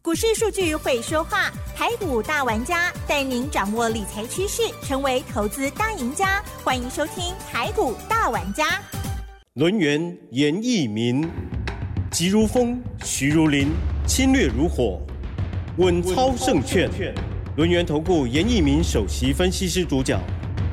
股市数据会说话，台股大玩家带您掌握理财趋势，成为投资大赢家。欢迎收听台股大玩家。 轮源严义民，急如风，徐如林，侵略如火，稳操胜券。轮源投顾严义民首席分析师主讲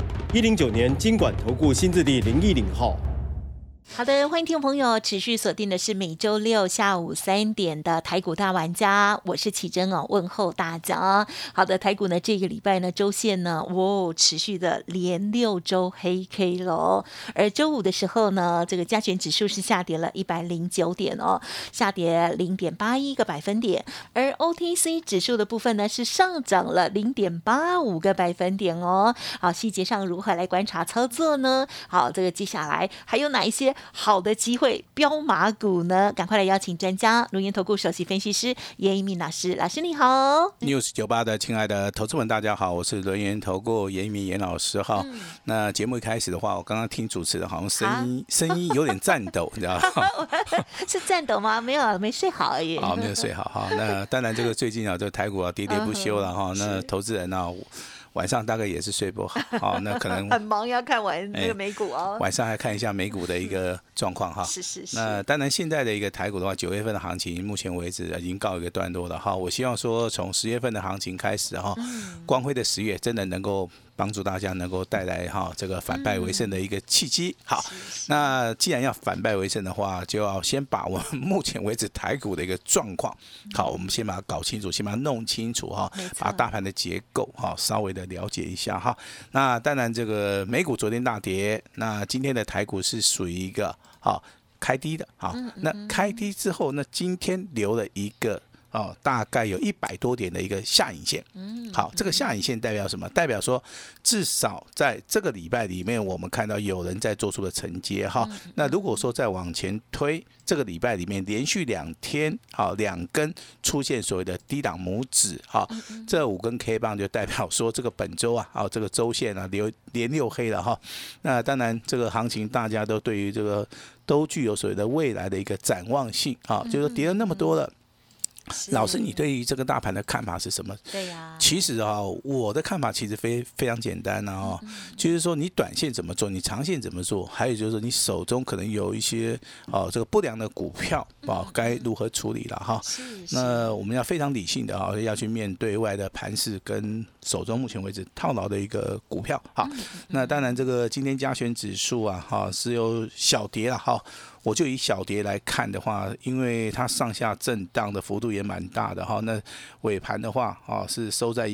，109年金管投顾新字第010号。 好的，欢迎听众朋友持续锁定的是每周六下午3点的台股大玩家，我是启真哦，问候大家。好的，台股呢这个礼拜呢周线呢持续的连6周黑 K 了，而周五的时候呢，这个加权指数是下跌了109点哦，下跌0.81个百分点，而 OTC 指数的部分呢是上涨了0.85个百分点哦。好，细节上如何来观察操作呢？好，这个接下来还有哪一些好的机会标马股呢？赶快来邀请专家轮源投顾首席分析师严一鸣老师。老师你好。 News98 的亲爱的投资们大家好，我是轮源投顾严一鸣严老师哈。那节目一开始的话，我刚刚听主持人好像声音有点颤抖，你知道吗？ 是颤抖吗？没有，没睡好而已。 没有睡好哈。那当然这个最近啊，这个台股啊喋喋不休了哈。那投资人啊晚上大概也是睡不好，那可能很忙，要看完那个美股哦。 晚上还看一下美股的一个状况哈。 是。 那当然，现在的一个台股的话，9月份的行情，目前为止已经告一个段落了哈。我希望说，从10月份的行情开始哈，光辉的10月真的能够帮助大家能够带来这个反败为胜的一个契机。好，那既然要反败为胜的话，就要先把我们目前为止台股的一个状况，好，我们先把它搞清楚，先把它弄清楚哈，把大盘的结构稍微的了解一下哈。那当然，这个美股昨天大跌，那今天的台股是属于一个开低的。好，那开低之后，那今天留了一个大概有100多点的一个下影线。好，这个下影线代表什么？代表说至少在这个礼拜里面，我们看到有人在做出了承接哈。那如果说再往前推，这个礼拜里面连续2天2根出现所谓的低档拇指，这5根 K 棒就代表说这个本周这个周线连6黑了哈。那当然这个行情大家都对于这个都具有所谓的未来的一个展望性就是说跌了那么多了。老师，你对于这个大盘的看法是什么？ 对呀， 其实我的看法其实非常简单就是说你短线怎么做，你长线怎么做，还有就是说你手中可能有一些这个不良的股票该如何处理了哈。那我们要非常理性的要去面对未来的盘势跟手中目前为止套牢的一个股票。好，那当然这个今天加权指数是有小跌了我就以小跌来看的话，因为它上下震荡的幅度也蛮大的那尾盘的话是收在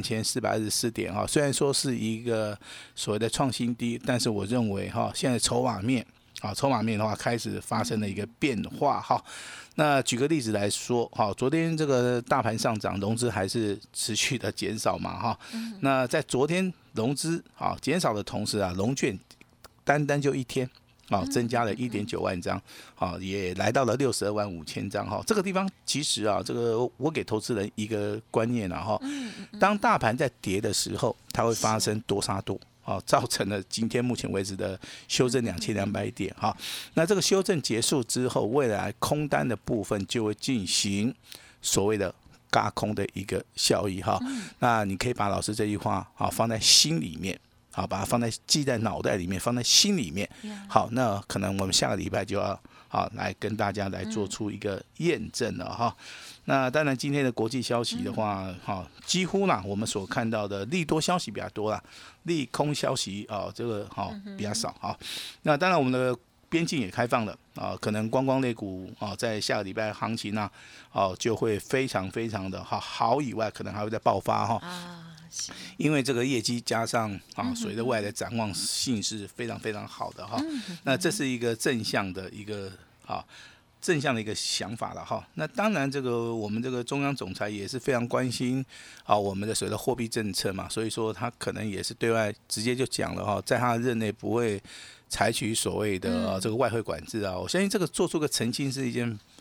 13424点虽然说是一个所谓的创新低，但是我认为现在筹码面的话开始发生了一个变化那举个例子来说昨天这个大盘上涨，融资还是持续的减少嘛那在昨天融资减少的同时融券单就一天增加了1.9万张，也来到了62万5千张这个地方其实这个我给投资人一个观念当大盘在跌的时候，它会发生多杀多。造成了今天目前为止的修正2200点那这个修正结束之后，未来空单的部分就会进行所谓的軋空的一个效益那你可以把老师这句话放在心里面，把它记在脑袋里面，放在心里面。好，那可能我们下个礼拜就要来跟大家来做出一个验证了那当然今天的国际消息的话几乎我们所看到的利多消息比较多啦，利空消息这个比较少那当然我们的边境也开放了可能观光类股在下个礼拜行情就会非常非常的好以外，可能还会再爆发因为这个业绩加上所谓的未来的展望性是非常非常好的那这是一个正向的一个想法了那当然这个我们这个中央总裁也是非常关心我们的所谓的货币政策嘛，所以说他可能也是对外直接就讲了在他的任内不会采取所谓的这个外汇管制我相信这个做出个澄清是一件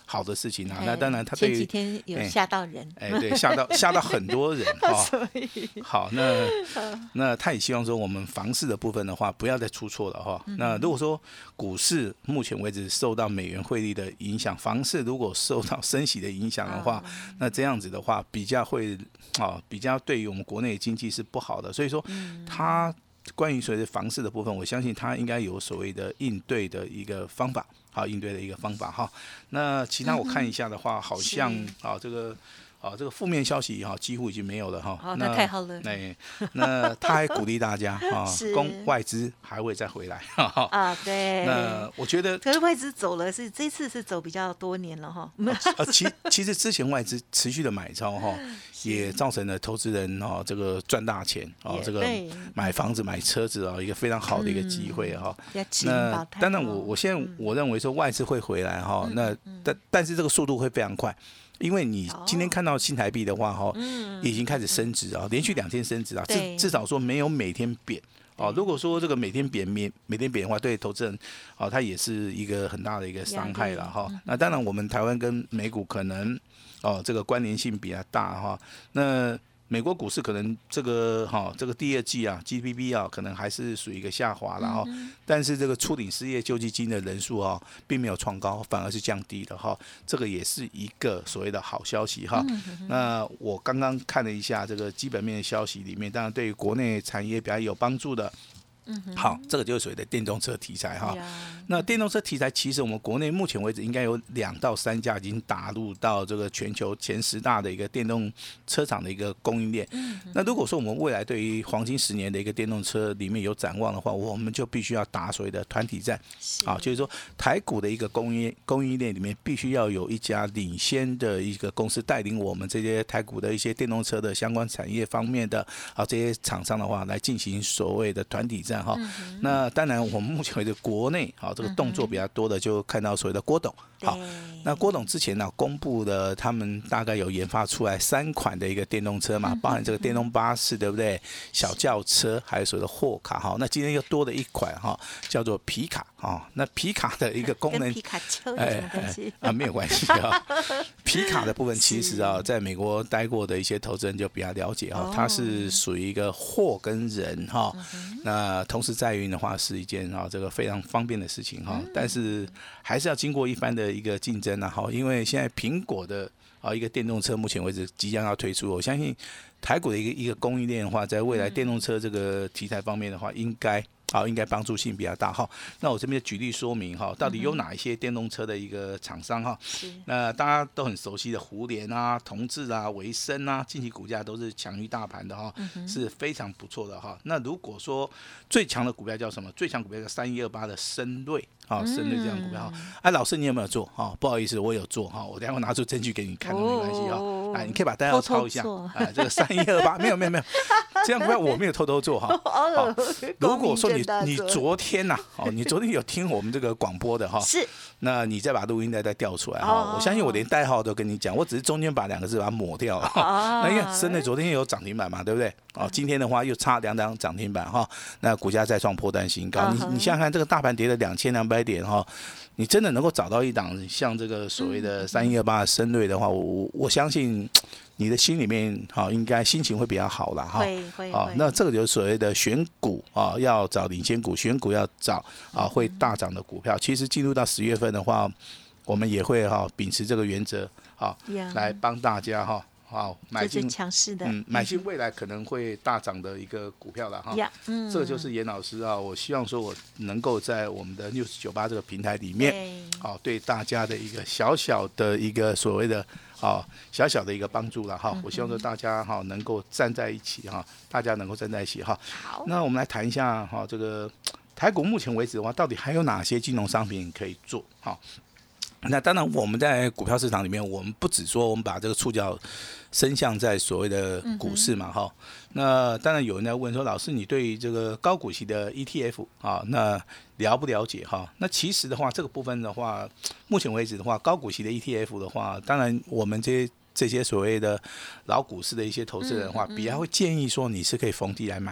好的事情啊。那当然，它对于前几天有吓到人， 对，吓到很多人好，那他也希望说我们房市的部分的话，不要再出错了哈。那如果说股市目前为止受到美元汇率的影响，房市如果受到升息的影响的话，那这样子的话比较对于我们国内的经济是不好的。所以说，他关于所谓的房市的部分，我相信他应该有所谓的应对的一个方法，应对的一个方法哈。那其他我看一下的话，好像这个负面消息几乎已经没有了哈。 那太好了。 那他还鼓励大家外资还会再回来对。 那我觉得， 可是外资走了，这次是走比较多年了哈。 其实之前外资持续的买超也造成了投资人这个赚大钱这个买房子买车子一个非常好的一个机会那当然我现在我认为说外资会回来那但是这个速度会非常快。因为你今天看到新台币的话已经开始升值连续2天升值至少说没有每天贬如果说这个每天贬的话，对投资人它也是一个很大的一个伤害了那当然我们台湾跟美股可能这个关联性比较大那美国股市可能这个第二季GDP 可能还是属于一个下滑了但是这个初领失业救济金的人数并没有创高，反而是降低了这个也是一个所谓的好消息那我刚刚看了一下这个基本面的消息里面，当然对于国内产业比较有帮助的。好，这个就是所谓的电动车题材那电动车题材，其实我们国内目前为止应该有2到3家已经打入到这个全球前10大的一个电动车厂的一个供应链。那如果说我们未来对于黄金10年的一个电动车里面有展望的话，我们就必须要打所谓的团体战就是说台股的一个供应链里面必须要有一家领先的一个公司带领我们这些台股的一些电动车的相关产业方面的这些厂商的话来进行所谓的团体战那当然我们目前为止国内这个动作比较多的就看到所谓的郭董那郭董之前公布了他们大概有研发出来3款的一个电动车嘛，包含这个电动巴士对不对，小轿车还有所谓的货卡那今天又多了一款叫做皮卡那皮卡的一个功能跟皮卡丘有什么关系没有关系皮卡的部分其实在美国待过的一些投资人就比较了解它是属于一个货跟人那同时载运的话是一件这个非常方便的事情但是还是要经过一番的一个竞争因为现在苹果的一个电动车目前为止即将要推出，我相信台股的一个供应链的话，在未来电动车这个题材方面的话，应该帮助性比较大那我这边举例说明到底有哪一些电动车的一个厂商那大家都很熟悉的胡联同致维生近期股价都是强于大盘的是非常不错的那如果说最强的股票叫什么？最强股票叫3128的深瑞深瑞这样股票老师你有没有做不好意思，我有做我等一下会拿出证据给你看都没关系你可以把代号抄一下这个3128没有这样股票我没有偷偷做如果说你昨天你昨天有听我们这个广播的是， 那你再把录音带再调出来我相信我连代号都跟你讲，我只是中间把2个字把它抹掉了那你看深瑞昨天有涨停板嘛，对不对今天的话又差2档涨停板那股价再创波段新高你想想看这个大盘跌了2200点你真的能够找到一档像这个所谓的3128的深瑞的话，我相信你的心里面应该心情会比较好啦会那这个就是所谓的选股要找领先股，选股要找会大涨的股票。其实进入到10月份的话，我们也会秉持这个原则来帮大家买进强势的买进未来可能会大涨的一个股票了这个就是严老师我希望说我能够在我们的News98这个平台里面对大家的一个小小的一个所谓的小小的一个帮助了我希望说大家能够站在一起大家能够站在一起好， 那我们来谈一下这个台股目前为止的话，到底还有哪些金融商品可以做那当然我们在股票市场里面，我们不只说我们把这个触角伸向在所谓的股市嘛那当然有人在问说，老师你对于这个高股息的 ETF 那了不了解那其实的话这个部分的话，目前为止的话高股息的 ETF 的话，当然我们这些所谓的老股市的一些投资人的话比较会建议说你是可以逢低来买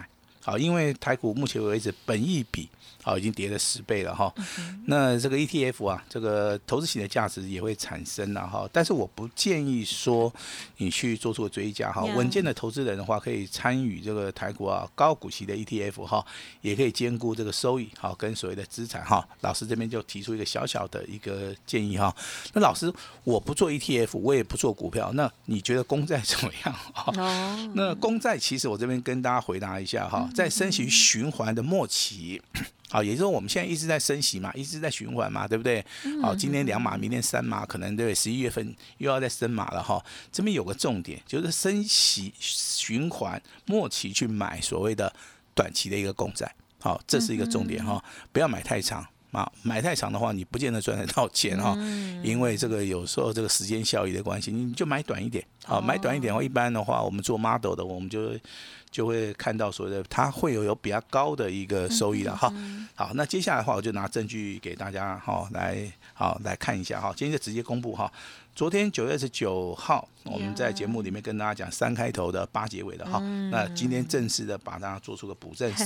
好，因为台股目前为止本益比已经跌了10倍了哈。那这个 ETF 啊，这个投资型的价值也会产生了哈。但是我不建议说你去做出追加哈。稳健的投资人的话，可以参与这个台股高股息的 ETF 哈，也可以兼顾这个收益哈跟所谓的资产哈。老师这边就提出一个小小的一个建议哈。那老师，我不做 ETF， 我也不做股票，那你觉得公债怎么样啊？那公债其实我这边跟大家回答一下哈，在升息循环的末期。好，也就是说我们现在一直在升息嘛，一直在循环嘛，对不对？好，今天2码，明天3码，可能对11月份又要再升码了哈。这边有个重点，就是升息循环末期去买所谓的短期的一个公债，好，这是一个重点哈，不要买太长。买太长的话，你不见得赚得到钱哈，因为这个有时候这个时间效益的关系，你就买短一点。好，买短一点的话，一般的话，我们做 model 的，我们就会看到所谓的它会有比较高的一个收益了哈。好，那接下来的话，我就拿证据给大家来看一下哈。今天就直接公布哈。昨天9月29号，我们在节目里面跟大家讲3开头的8结尾的哈。那今天正式的把它做出个补正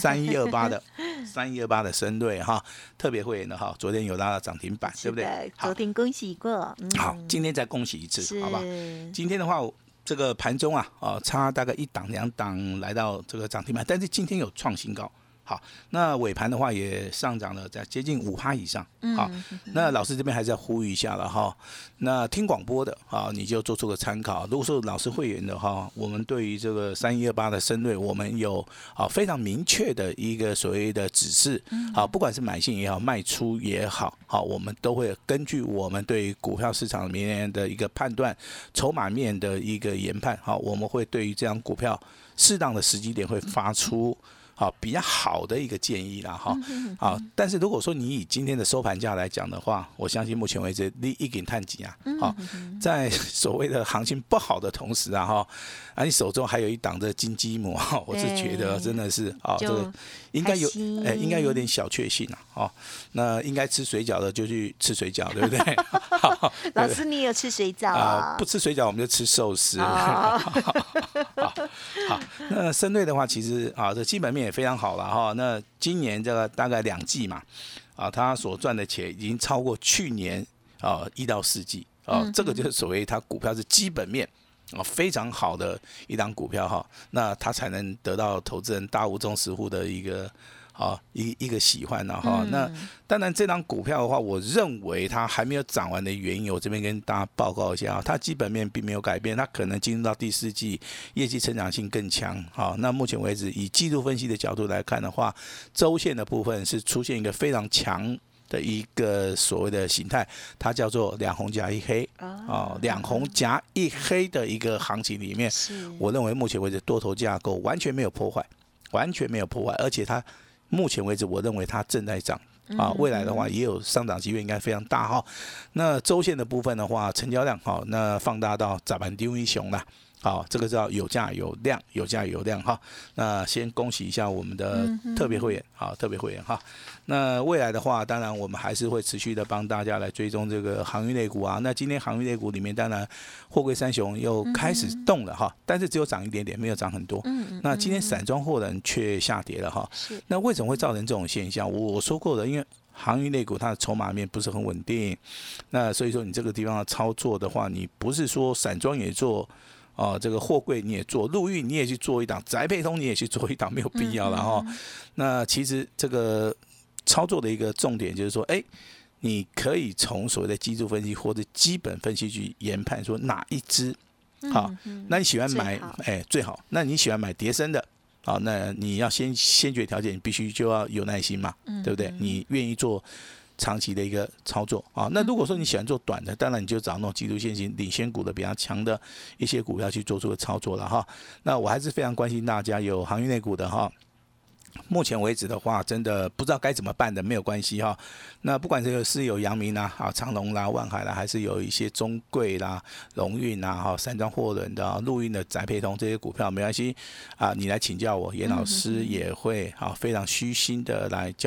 ，3128的深瑞哈，特别会员的哈，昨天有拉到涨停板，对不对？ 昨天恭喜过。 好，今天再恭喜一次，好吧？今天的话，这个盘中差大概1档2档来到这个涨停板，但是今天有创新高。好，那尾盘的话也上涨了，在接近5%以上。好，那老师这边还是要呼吁一下了哈。那听广播的你就做出个参考。如果说老师会员的话，我们对于这个3128的深瑞，我们有非常明确的一个所谓的指示。好，不管是买进也好，卖出也好，我们都会根据我们对于股票市场面的一个判断，筹码面的一个研判，我们会对于这张股票适当的时机点会发出。比较好的一个建议啦哈。好，但是如果说你以今天的收盘价来讲的话，我相信目前为止你已经探底啊。好，在所谓的行情不好的同时你手中还有一档的金鸡母我是觉得真的是这个应该有点小确幸那应该吃水饺的就去吃水饺，对不对？ 老师，你有吃水饺不吃水饺我们就吃寿司。好，那深瑞的话，其实这基本面也非常好了哈。那今年这个大概2季嘛，他所赚的钱已经超过去年1到4季这个就是所谓他股票是基本面非常好的一档股票哈，那他才能得到投资人大户中实户的一个一个喜欢哈。那当然这档股票的话，我认为它还没有涨完的原因，我这边跟大家报告一下它基本面并没有改变，它可能进入到第4季，业绩成长性更强。那目前为止以季度分析的角度来看的话，周线的部分是出现一个非常强的一个所谓的形态，它叫做2红夹1黑2红夹1黑的一个行情里面，我认为目前为止多头架构完全没有破坏，而且它目前为止我认为它正在涨未来的话也有上涨机会，应该非常大哈。那周线的部分的话，成交量那放大到十万张以上啦。好，这个叫有价有量，有价有量哈。那先恭喜一下我们的特别会员，特别会员哈。那未来的话，当然我们还是会持续的帮大家来追踪这个航运类股那今天航运类股里面，当然货柜三雄又开始动了哈，但是只有涨一点点，没有涨很多。那今天散装货人却下跌了哈。那为什么会造成这种现象？我说过的，因为航运类股它的筹码面不是很稳定，那所以说你这个地方的操作的话，你不是说散装也做。这个货柜你也做，陆运你也去做一档，宅配通你也去做一档，没有必要了哈。那其实这个操作的一个重点就是说，你可以从所谓的技术分析或者基本分析去研判说哪一支好，那你喜欢买最好，那你喜欢买跌升的。好，那你要先决条件，你必须就要有耐心嘛，对不对？你愿意做长期的一个操作那如果说你喜欢做短的，当然你就找那种技术线型领先股的比较强的一些股票去做出个操作了哈。那我还是非常关心大家有航运类股的哈。目前为止的话，真的不知道该怎么办的，没有关系哈。那不管是有阳明长荣啦、万海啦，还是有一些中贵啦、荣运啦、散装货轮的、陆运的宅配通这些股票，没关系你来请教我，严老师也会非常虚心的来教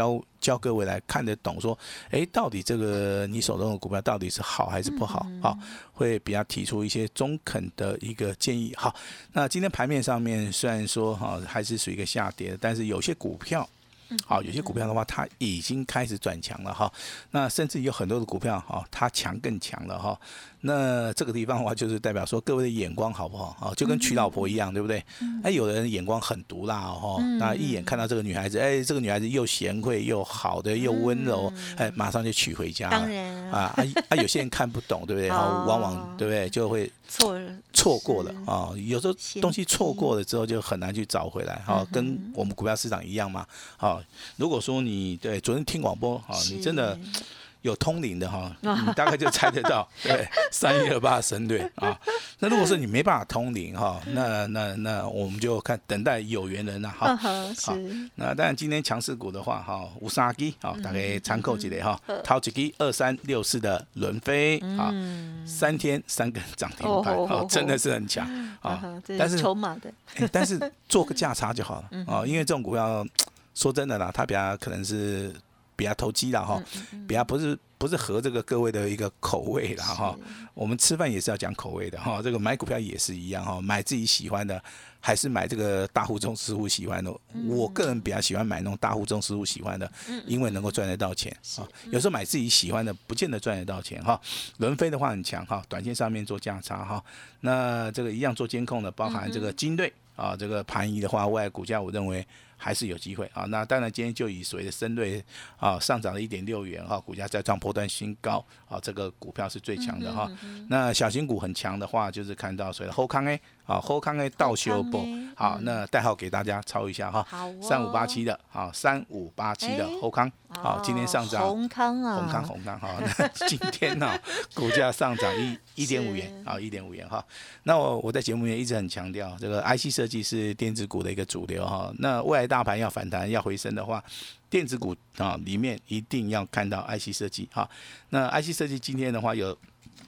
教各位来看得懂说，到底这个你手中的股票到底是好还是不好，好，会比较提出一些中肯的一个建议。好，那今天盘面上面虽然说还是属于一个下跌的，但是有些股票。好，有些股票的话，它已经开始转强了哈。那甚至有很多的股票哈，它强更强了哈。那这个地方的话，就是代表说各位的眼光好不好？就跟娶老婆一样，对不对？有的人眼光很毒辣哦，那一眼看到这个女孩子，这个女孩子又贤惠又好的又温柔，马上就娶回家了。 当然有些人看不懂，对不对？往往对不对就会错过了啊。有时候东西错过了之后，就很难去找回来。跟我们股票市场一样嘛。如果说你对昨天听广播，你真的有通灵的哈，你大概就猜得到，对，3128神队啊。那如果说你没办法通灵哈，那我们就看等待有缘人了哈。好，那当然今天强势股的话哈，53支好，大家参考一下哈。头一支2364的轮飞啊，3天3根涨停板，真的是很强啊。但是筹码的， 但是做个价差就好了啊，因为这种股票。说真的啦，它比较可能是比较投机啦哈，比较不是合这个各位的一个口味啦哈。我们吃饭也是要讲口味的哈，这个买股票也是一样哈，买自己喜欢的，还是买这个大户中实户喜欢的。我个人比较喜欢买那种大户中实户喜欢的，因为能够赚得到钱啊。有时候买自己喜欢的，不见得赚得到钱哈。轮飞的话很强哈，短线上面做价差哈。那这个一样做监控的，包含这个金队啊，这个盘仪的话，未来股价我认为。还是有机会啊！那当然，今天就以所谓的深瑞啊上涨了1.6元哈，股价再创波段新高啊，这个股票是最强的哈。那小型股很强的话，就是看到所谓的后康 A 啊，后康 A 倒修波好，那代号给大家抄一下哈，3587的啊，3587的后康好，今天上涨红康好，那今天呢股价上涨1.5元啊，1.5元哈。那我在节目里面一直很强调，这个 IC 设计是电子股的一个主流哈。那未来大盘要反弹要回升的话，电子股啊里面一定要看到 IC 设计哈。那 IC 设计今天的话有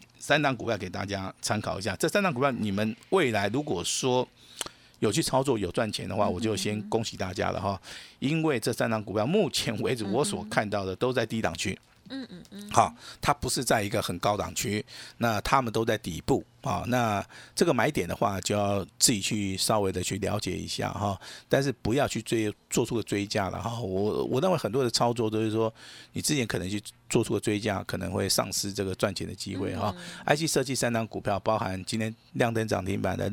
3档股票给大家参考一下，这3档股票你们未来如果说有去操作有赚钱的话，我就先恭喜大家了哈，因为这3档股票目前为止我所看到的都在低档区。好，它不是在一个很高档区，那他们都在底部啊。那这个买点的话，就要自己去稍微的去了解一下哈，但是不要去做出个追加了哈。我认为很多的操作都是说，你之前可能去做出个追加，可能会丧失这个赚钱的机会哈。IC 设计3档股票，包含今天亮灯涨停板的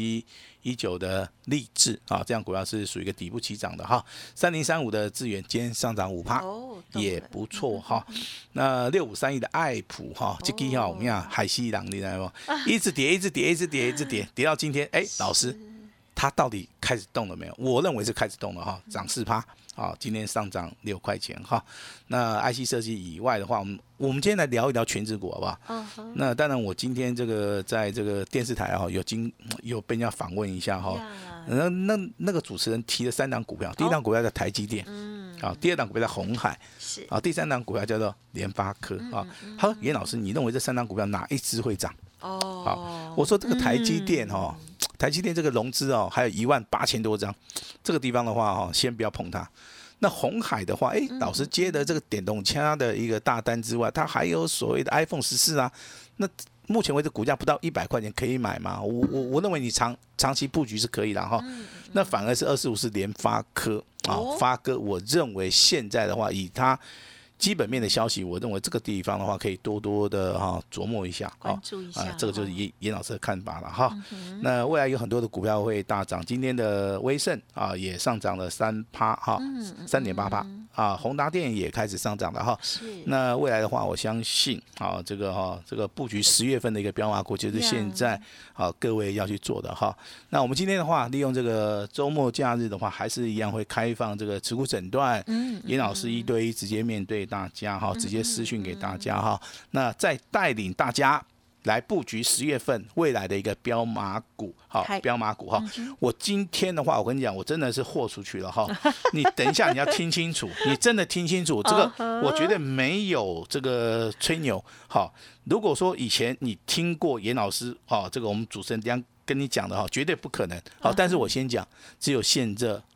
6719的立志啊，这样股票是属于一个底部起涨的哈。3035的智原今天上涨5%，也不错哈。那6531的爱普哈，这个哈我们讲海西郎，你知道吗？一直跌，跌到今天，老师，它到底开始动了没有？我认为是开始动了哈，涨4%。好，今天上涨6块钱哈。那 IC 设计以外的话，我们今天来聊一聊全指股好不好？那当然，我今天这个在这个电视台哈，有被人家访问一下哈。那个主持人提了3档股票，第一档股票叫台积电，好，第二档股票叫鸿海，啊，第三档股票叫做联发科啊。他说：“严老师，你认为这3档股票哪一支会涨？”好，我说这个台积电哈。台积电这个融资哦，还有18000多张，这个地方的话哦，先不要碰它。那鸿海的话，老师接的这个电动车的一个大单之外，它还有所谓的 iPhone 14啊。那目前为止股价不到100块钱可以买吗？我认为你长期布局是可以的哈。那反而是25是联发科啊，发哥，我认为现在的话，以它基本面的消息，我认为这个地方的话，可以多多的琢磨一下， 关注一下， 这个就是严老师的看法了哈。那未来有很多的股票会大涨，今天的威盛啊也上涨了3%哈，3.8%啊，宏达电也开始上涨了哈。那未来的话，我相信这个布局10月份的一个标码股，就是现在各位要去做的哈。那我们今天的话，利用这个周末假日的话，还是一样会开放这个持股诊断，严老师1对1直接面对大家哈，直接私讯给大家哈。那再带领大家来布局10月份未来的一个标码股，好，标码股哈。我今天的话，我跟你讲，我真的是豁出去了哈。你等一下你要听清楚，你真的听清楚，这个我绝对没有这个吹牛。好，如果说以前你听过严老师这个我们主持人这样跟你讲的哈，绝对不可能。好，但是我先讲，只有现在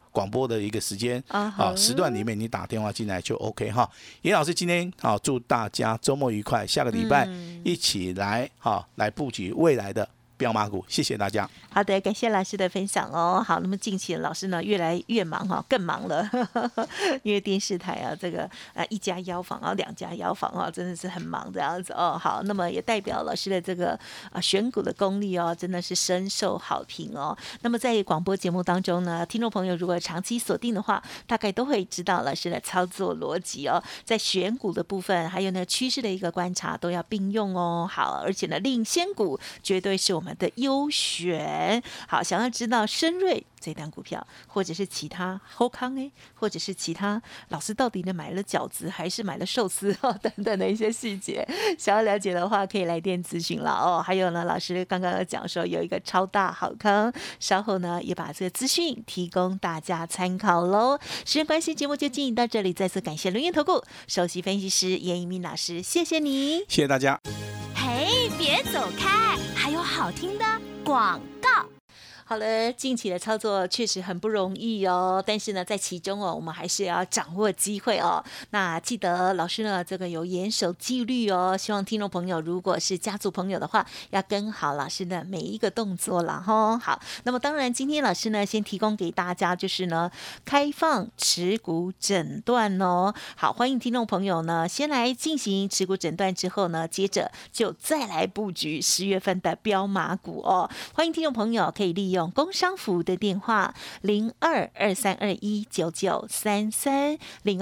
广播的一个时间时段里面，你打电话进来就 OK 哈。严老师今天祝大家周末愉快，下个礼拜一起来来布局未来的标码股，谢谢大家。 好的，感谢老师的分享哦。好，那么近期老师呢越来越忙哈，更忙了，因为电视台啊，这个一家腰房啊，2家腰房啊，真的是很忙这样子哦。好，那么也代表老师的这个选股的功力哦，真的是深受好评哦。那么在广播节目当中呢，听众朋友如果长期锁定的话，大概都会知道老师的操作逻辑哦，在选股的部分，还有呢趋势的一个观察都要并用哦。好，而且呢领先股绝对是我们的优选。好，想要知道深瑞这档股票，或者是其他后康或者是其他老师到底呢买了饺子还是买了寿司等等的一些细节，想要了解的话，可以来电咨询了哦。还有呢，老师刚刚有讲说有一个超大好康，稍后呢也把这个资讯提供大家参考喽。时间关系，节目就进行到这里，再次感谢轮源投顾首席分析师严一鸣老师，谢谢你， 谢谢大家。 嘿，别走开，还有好听的广告。 好了，近期的操作确实很不容易哦，但是呢，在其中哦，我们还是要掌握机会哦。那记得老师呢，这个有严守纪律哦，希望听众朋友如果是家族朋友的话，要跟好老师的每一个动作了哈。好，那么当然，今天老师呢，先提供给大家就是呢，开放持股诊断哦。好，欢迎听众朋友呢，先来进行持股诊断之后呢，接着就再来布局10月份的标码股哦。欢迎听众朋友可以利用工商服务的电话0223219933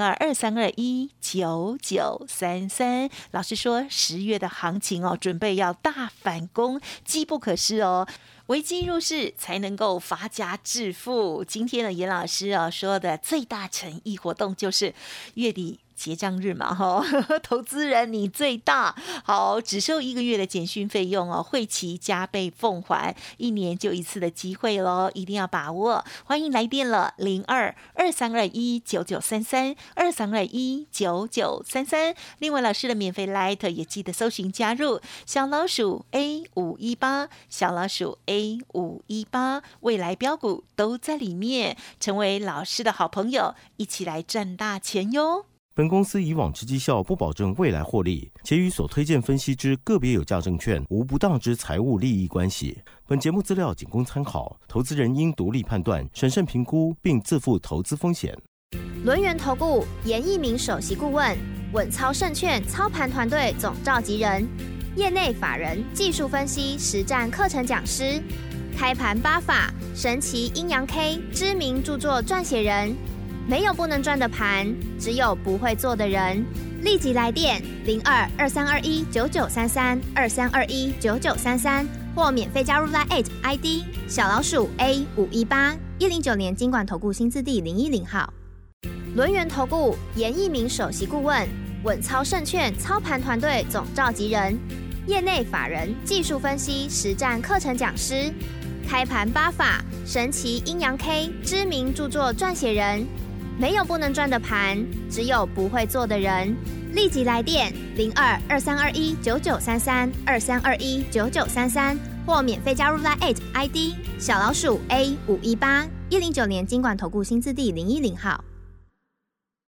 0223219933。老师说10月的行情哦，准备要大反攻，机不可失哦。危机入市才能够发家致富。今天的严老师说的最大诚意活动就是月底结账日嘛，投资人你最大，好，只收1个月的简讯费用哦，会期加倍奉还，1年就1次的机会咯，一定要把握。欢迎来电了，0223219933 23219933。另外，老师的免费 Light 也记得搜寻加入小老鼠 A518， 小老鼠 A518， 未来标股都在里面，成为老师的好朋友，一起来赚大钱哟。 本公司以往之绩效不保证未来获利，且与所推荐分析之个别有价证券无不当之财务利益关系。本节目资料仅供参考，投资人应独立判断、审慎评估，并自负投资风险。 轮源投顾严一鸣首席顾问，稳操胜券操盘团队总召集人，业内法人、技术分析实战课程讲师，开盘8法、神奇阴阳 K 知名著作撰写人。没有不能赚的盘，只有不会做的人。立即来电0223219933 23219933，或免费加入 LINE@ ID 小老鼠 A518。109年金管投顾新字第010号。轮源投顾严一鸣首席顾问，稳操胜券操盘团队总召集人，业内法人、技术分析实战课程讲师，开盘8法、神奇阴阳 K 知名著作撰写人。没有不能赚的盘，只有不会做的人。立即来电0223219933 23219933，或免费加入 LINE@ ID 小老鼠 A518。109年金管投顾新字第010号。